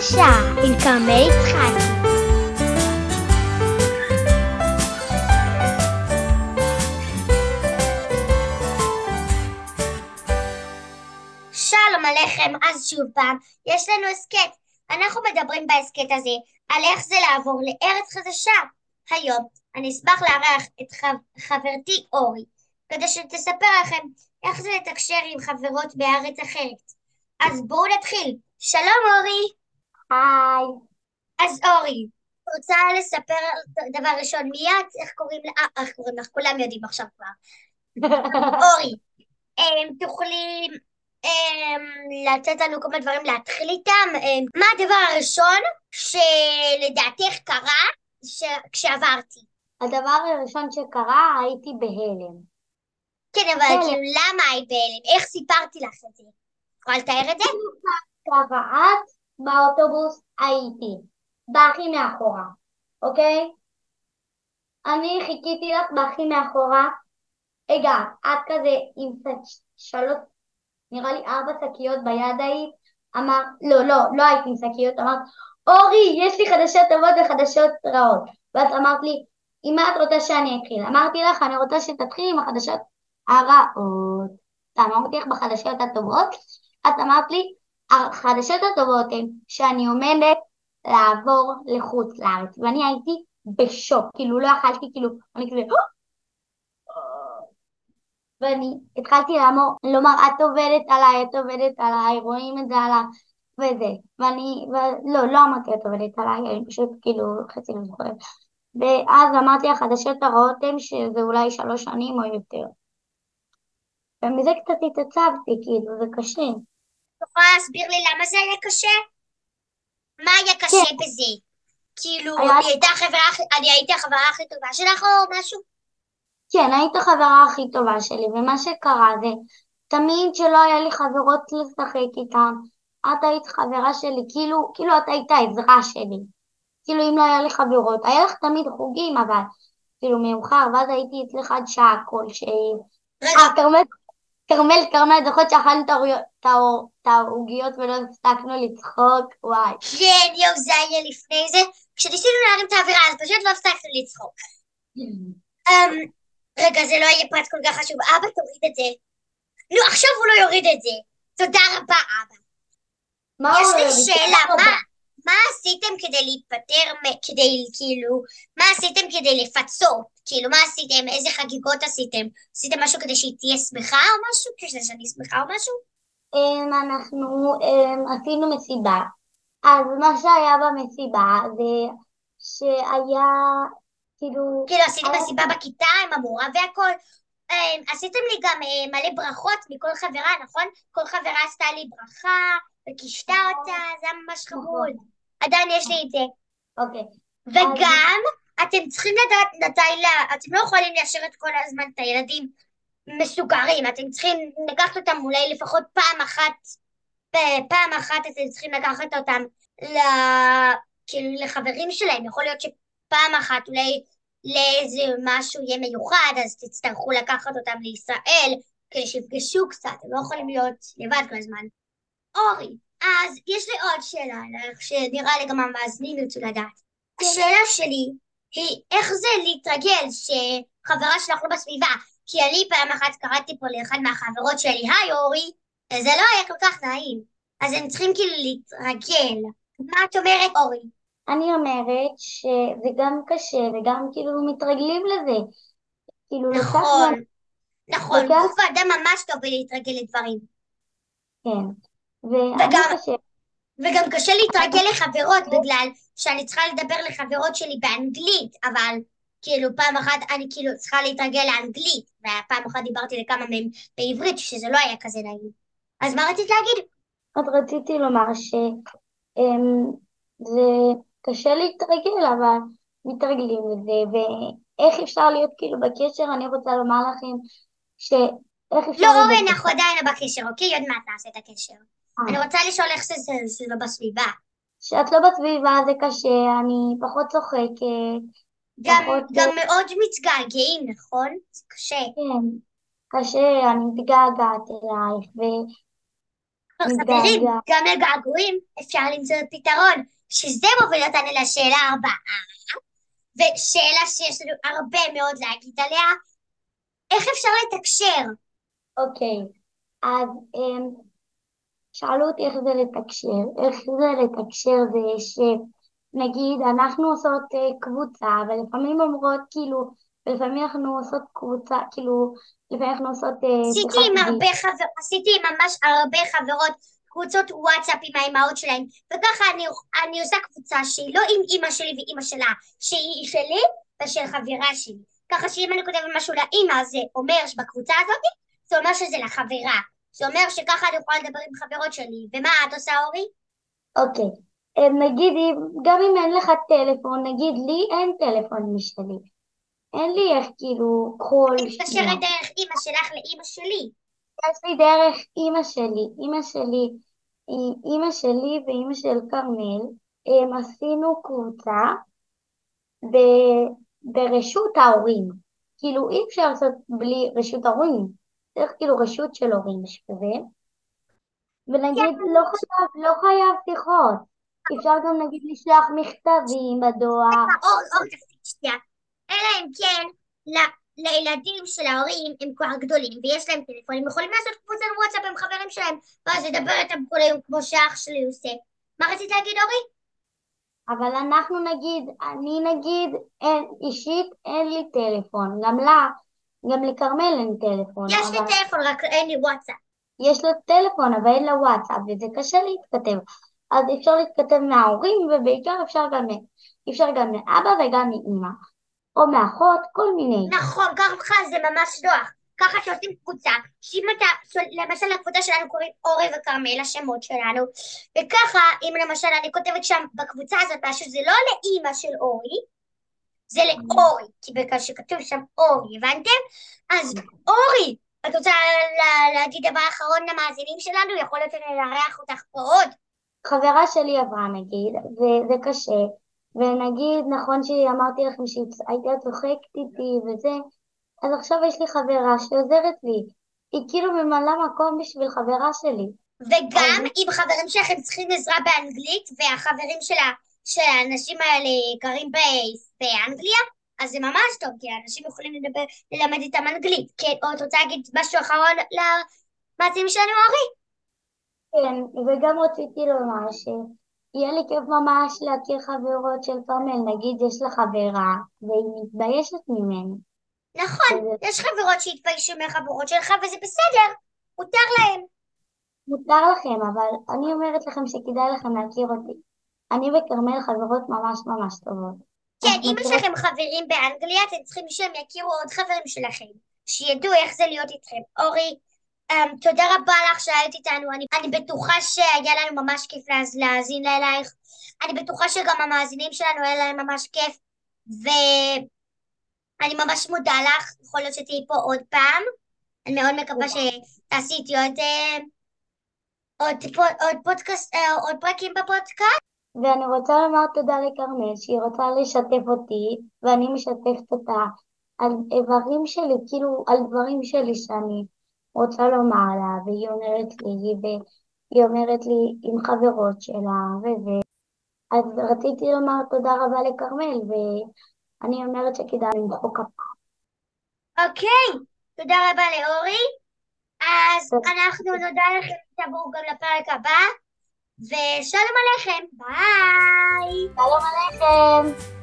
השעה עם כרמל יצחקי. שלום עליכם, אז שוב פעם, יש לנו הסכת. אנחנו מדברים בהסכת הזה על איך זה לעבור לארץ חדשה. היום אני אשמח לארח את חברתי אורי, כדי שתספר לכם איך זה לתקשר עם חברות בארץ אחרת. אז בואו נתחיל. שלום אורי. היי. אז אורי, רוצה לספר דבר ראשון מי את? איך קוראים לך? כולם יודעים עכשיו כבר. אורי, תוכלי לתת לנו כמה דברים להתחיל איתם? מה הדבר הראשון שלדעתך קרה כשעברתי? הדבר הראשון שקרה, הייתי בהלם. כן, אבל בהלם. כאילו למה היית בהלם? איך סיפרתי לך את זה? יכולה לתאר את זה? ככה את באוטובוס הייתי, בכי מאחורה, אוקיי? אני חיכיתי לך בכי מאחורה, הגעת, את כזה עם שלוש, נראה לי 4 שקיות ביד היית, אמרת, לא היית עם שקיות, אמרת, אורי, יש לי חדשות טובות וחדשות רעות. ואת אמרת לי, עם מה את רוצה שאני אתחיל? אמרתי לך, אני רוצה שתתחיל עם החדשות הרעות. סתם, אמרתי לך בחדשות הטובות, את אמרת לי, החדשות הטובות הן שאני עומדת לעבור לחוץ לארץ, ואני הייתי בשוק, כאילו לא יכלתי, כאילו, אני כזה, ואני התחלתי לומר, את עובדת עליי, רואים את זה עליי, וזה, לא אמרתי את עובדת עליי, אני פשוט כאילו חצי לא זוכרת, ואז אמרתי החדשות הרעות הן שזה אולי 3 שנים או יותר, ומזה קצת התעצבתי, כאילו, זה קשה. יכולה להסביר לי למה זה היה קשה? מה היה כן, קשה בזה? כאילו, היה, אני הייתי החברה הכי טובה שלך או משהו? כן, היית החברה הכי טובה שלי, ומה שקרה זה, תמיד שלא היה לי חברות לשחק איתן, את היית חברה שלי, כאילו את היית העזרה שלי. כאילו אם לא היה לי חברות, היה לך תמיד חוגים, אבל כאילו מאוחר, ואז הייתי אצלך עד שעה כלשהי. רגע, כרמל, זוכרת שאכלנו את העוגיות ולא הפסקנו לצחוק? וואי. כן, יואו, זה היה לפני זה. כשניסינו להרים את האווירה, אז פשוט לא הפסקנו לצחוק. אמ, רגע, זה לא יהיה פרט כל כך חשוב. אבא, תוריד את זה. נו, עכשיו הוא לא יוריד את זה. תודה רבה, אבא. מה יש הוא לי לא שאלה, ביקר? מה עשיתם כדי להיפטר, מה עשיתם כדי לפצות? כאילו, מה עשיתם? איזה חגיגות עשיתם? עשיתם משהו כדי שהיא תהיה שמחה או משהו? כדי שאני שמחה או משהו? אנחנו עשינו מסיבה. אז מה שהיה במסיבה זה שהיה, כאילו, כאילו, עשיתם היה, מסיבה בכיתה עם המורה והכל? עשיתם לי גם מלא ברכות מכל חברה, נכון? כל חברה עשתה לי ברכה וקישתה אותה, זה היה ממש נכון, חמוד. עדיין יש לי את זה. אוקיי. אז וגם, אתם צריכים לדעת אתם לא יכולים להשאיר את כל הזמן את הילדים מסוגרים, אתם צריכים לקחת אותם אולי לפחות פעם אחת אתם צריכים לקחת אותם ל... כאילו לחברים שלהם, יכול להיות שפעם אחת אולי לאיזה משהו יהיה מיוחד, אז תצטרכו לקחת אותם לישראל כדי שיפגשו קצת, הם לא יכולים להיות לבד כל הזמן. אורי, אז יש לי עוד שאלה אלייך, שנראה לי גם המאזינים ירצו לדעת. השאלה שלי היא איך זה להתרגל שחברה שלך לא בסביבה, כי אני פעם אחת קראתי פה לאחד מהחברות שלי, היי אורי, זה לא היה כל כך נעים, אז הם צריכים כאילו להתרגל. מה את אומרת אורי? אני אומרת שזה גם קשה וגם כאילו מתרגלים לזה. כאילו לוקח זמן, נכון, נכון, לוקח, גוף האדם ממש טוב בלהתרגל לדברים. כן. ואני וגם חושבת, וגם קשה להתרגל לחברות בגלל שאני צריכה לדבר לחברות שלי באנגלית, אבל כאילו פעם אחת אני כאילו צריכה להתרגל לאנגלית, ופעם אחת דיברתי לכמה מהם בעברית שזה לא היה כזה נעים. אז מה רצית להגיד? עוד רציתי לומר שזה קשה להתרגל, אבל מתרגלים לזה, ואיך אפשר להיות כאילו בקשר, אני רוצה לומר לכם שאיך לא אפשר להיות אורן, אנחנו בקשר. עדיין לא בקשר, אוקיי? עוד מעט נעשה את הקשר. אני רוצה לשאול איך זה לא בסביבה. כשאת לא בסביבה זה קשה, אני פחות צוחקת, גם, פחות, גם מאוד מתגעגעים, נכון? זה קשה. כן, קשה, אני מתגעגעת אלייך, חברים, מתגעגע. גם לגעגועים אפשר למצוא פתרון, שזה מוביל אותנו לשאלה הבאה, ושאלה שיש לנו הרבה מאוד להגיד עליה, איך אפשר לתקשר? אוקיי, אז שאלו אותי איך זה לתקשר. איך זה לתקשר זה שנגיד אנחנו עושות קבוצה, ולפעמים אומרות כאילו, ולפעמים אנחנו עושות קבוצה, כאילו, לפעמים אנחנו עושות שיחת וידאו. עשיתי עם ממש הרבה חברות קבוצות וואטסאפ עם האימהות שלהן, וככה אני עושה קבוצה שהיא לא עם אימא שלי ואימא שלה, שהיא שלי ושל חברה שלי. ככה שאם אני כותבת משהו לאימא זה אומר שבקבוצה הזאת, זה אומר שזה לחברה. זה אומר שככה אני יכולה לדבר עם חברות שלי. ומה את עושה, אורי? אוקיי, נגיד, גם אם אין לך טלפון, נגיד לי אין טלפון משלי. אין לי איך כאילו כל אני שנייה. מתקשרת דרך אימא שלך לאימא שלי. יש לי דרך אימא שלי. אימא שלי ואימא של כרמל, הם עשינו קבוצה ב, ברשות ההורים. כאילו אי אפשר לעשות בלי רשות ההורים. צריך כאילו רשות של הורים שכזה. ונגיד לא חייב שיחות. אפשר גם נגיד לשלוח מכתבים בדואר. אור, תפסיק שנייה. אלא אם כן, לילדים של ההורים הם כבר גדולים ויש להם טלפון, הם יכולים לעשות קבוצת וואטסאפ עם חברים שלהם, ואז לדבר איתם כל היום כמו שאח שלי עושה. מה רצית להגיד, אורי? אבל אנחנו נגיד, אני נגיד, אישית אין לי טלפון. גם לה, גם לכרמל אין טלפון. יש לי אבל טלפון, רק אין לי וואטסאפ. יש לו טלפון, אבל אין לה וואטסאפ, וזה קשה להתכתב. אז אפשר להתכתב מההורים, ובעיקר אפשר גם מאבא וגם מאמא. או מאחות, כל מיני. נכון, ככה זה ממש נוח. ככה שעושים קבוצה, שאם אתה, למשל לקבוצה שלנו קוראים אורי וכרמל, השמות שלנו, וככה, אם למשל אני כותבת שם בקבוצה הזאת משהו, זה לא לאימא של אורי, זה לאורי, כי בגלל שכתוב שם אורי, הבנתם? אז אורי, את רוצה להגיד דבר אחרון למאזינים שלנו? יכול להיות שאני אארח אותך פה עוד. חברה שלי עברה נגיד, וזה קשה, ונגיד, נכון שאמרתי לכם שהייתה צוחקת איתי וזה, אז עכשיו יש לי חברה שעוזרת לי. היא כאילו ממלאה מקום בשביל חברה שלי. אז וגם אם חברים שלכם צריכים עזרה באנגלית, והחברים של האנשים האלה גרים באנגליה, אז זה ממש טוב, כי האנשים יכולים ללמד איתם אנגלית. כן, או את רוצה להגיד משהו אחרון למאזינים שלנו, אורי? כן, וגם רציתי לומר שיהיה לי כיף ממש להכיר חברות של כרמל. נגיד יש לה חברה, והיא מתביישת ממני. נכון, וזה יש חברות שהתביישו מהחברות שלך, וזה בסדר, מותר להם. מותר לכם, אבל אני אומרת לכם שכדאי לכם להכיר אותי. אני וכרמל חברות ממש ממש טובות. כן, אנחנו אם יש מכירות. לכם חברים באנגליה, אתם צריכים שהם יכירו עוד חברים שלכם, שידעו איך זה להיות איתכם. אורי, תודה רבה לך שהיית איתנו, אני בטוחה שהיה לנו ממש כיף להאזין אלייך, אני בטוחה שגם המאזינים שלנו היה להם ממש כיף, ואני ממש מודה לך, יכול להיות שתהיי פה עוד פעם, אני מאוד מקווה שתעשי איתי עוד פודקאסט, עוד פרקים בפודקאסט. ואני רוצה לומר תודה לכרמל שהיא רוצה לשתף אותי, ואני משתפת אותה על איברים שלי, כאילו על דברים שלי שאני רוצה לומר לה, והיא אומרת לי עם חברות שלה וזה. אז רציתי לומר תודה רבה לכרמל, ואני אומרת שכדאי למחוא כפיים. אוקיי, תודה רבה לאורי, אז אנחנו נודה לכם, תבואו גם לפרק הבא, ושלום עליכם, ביי! שלום עליכם.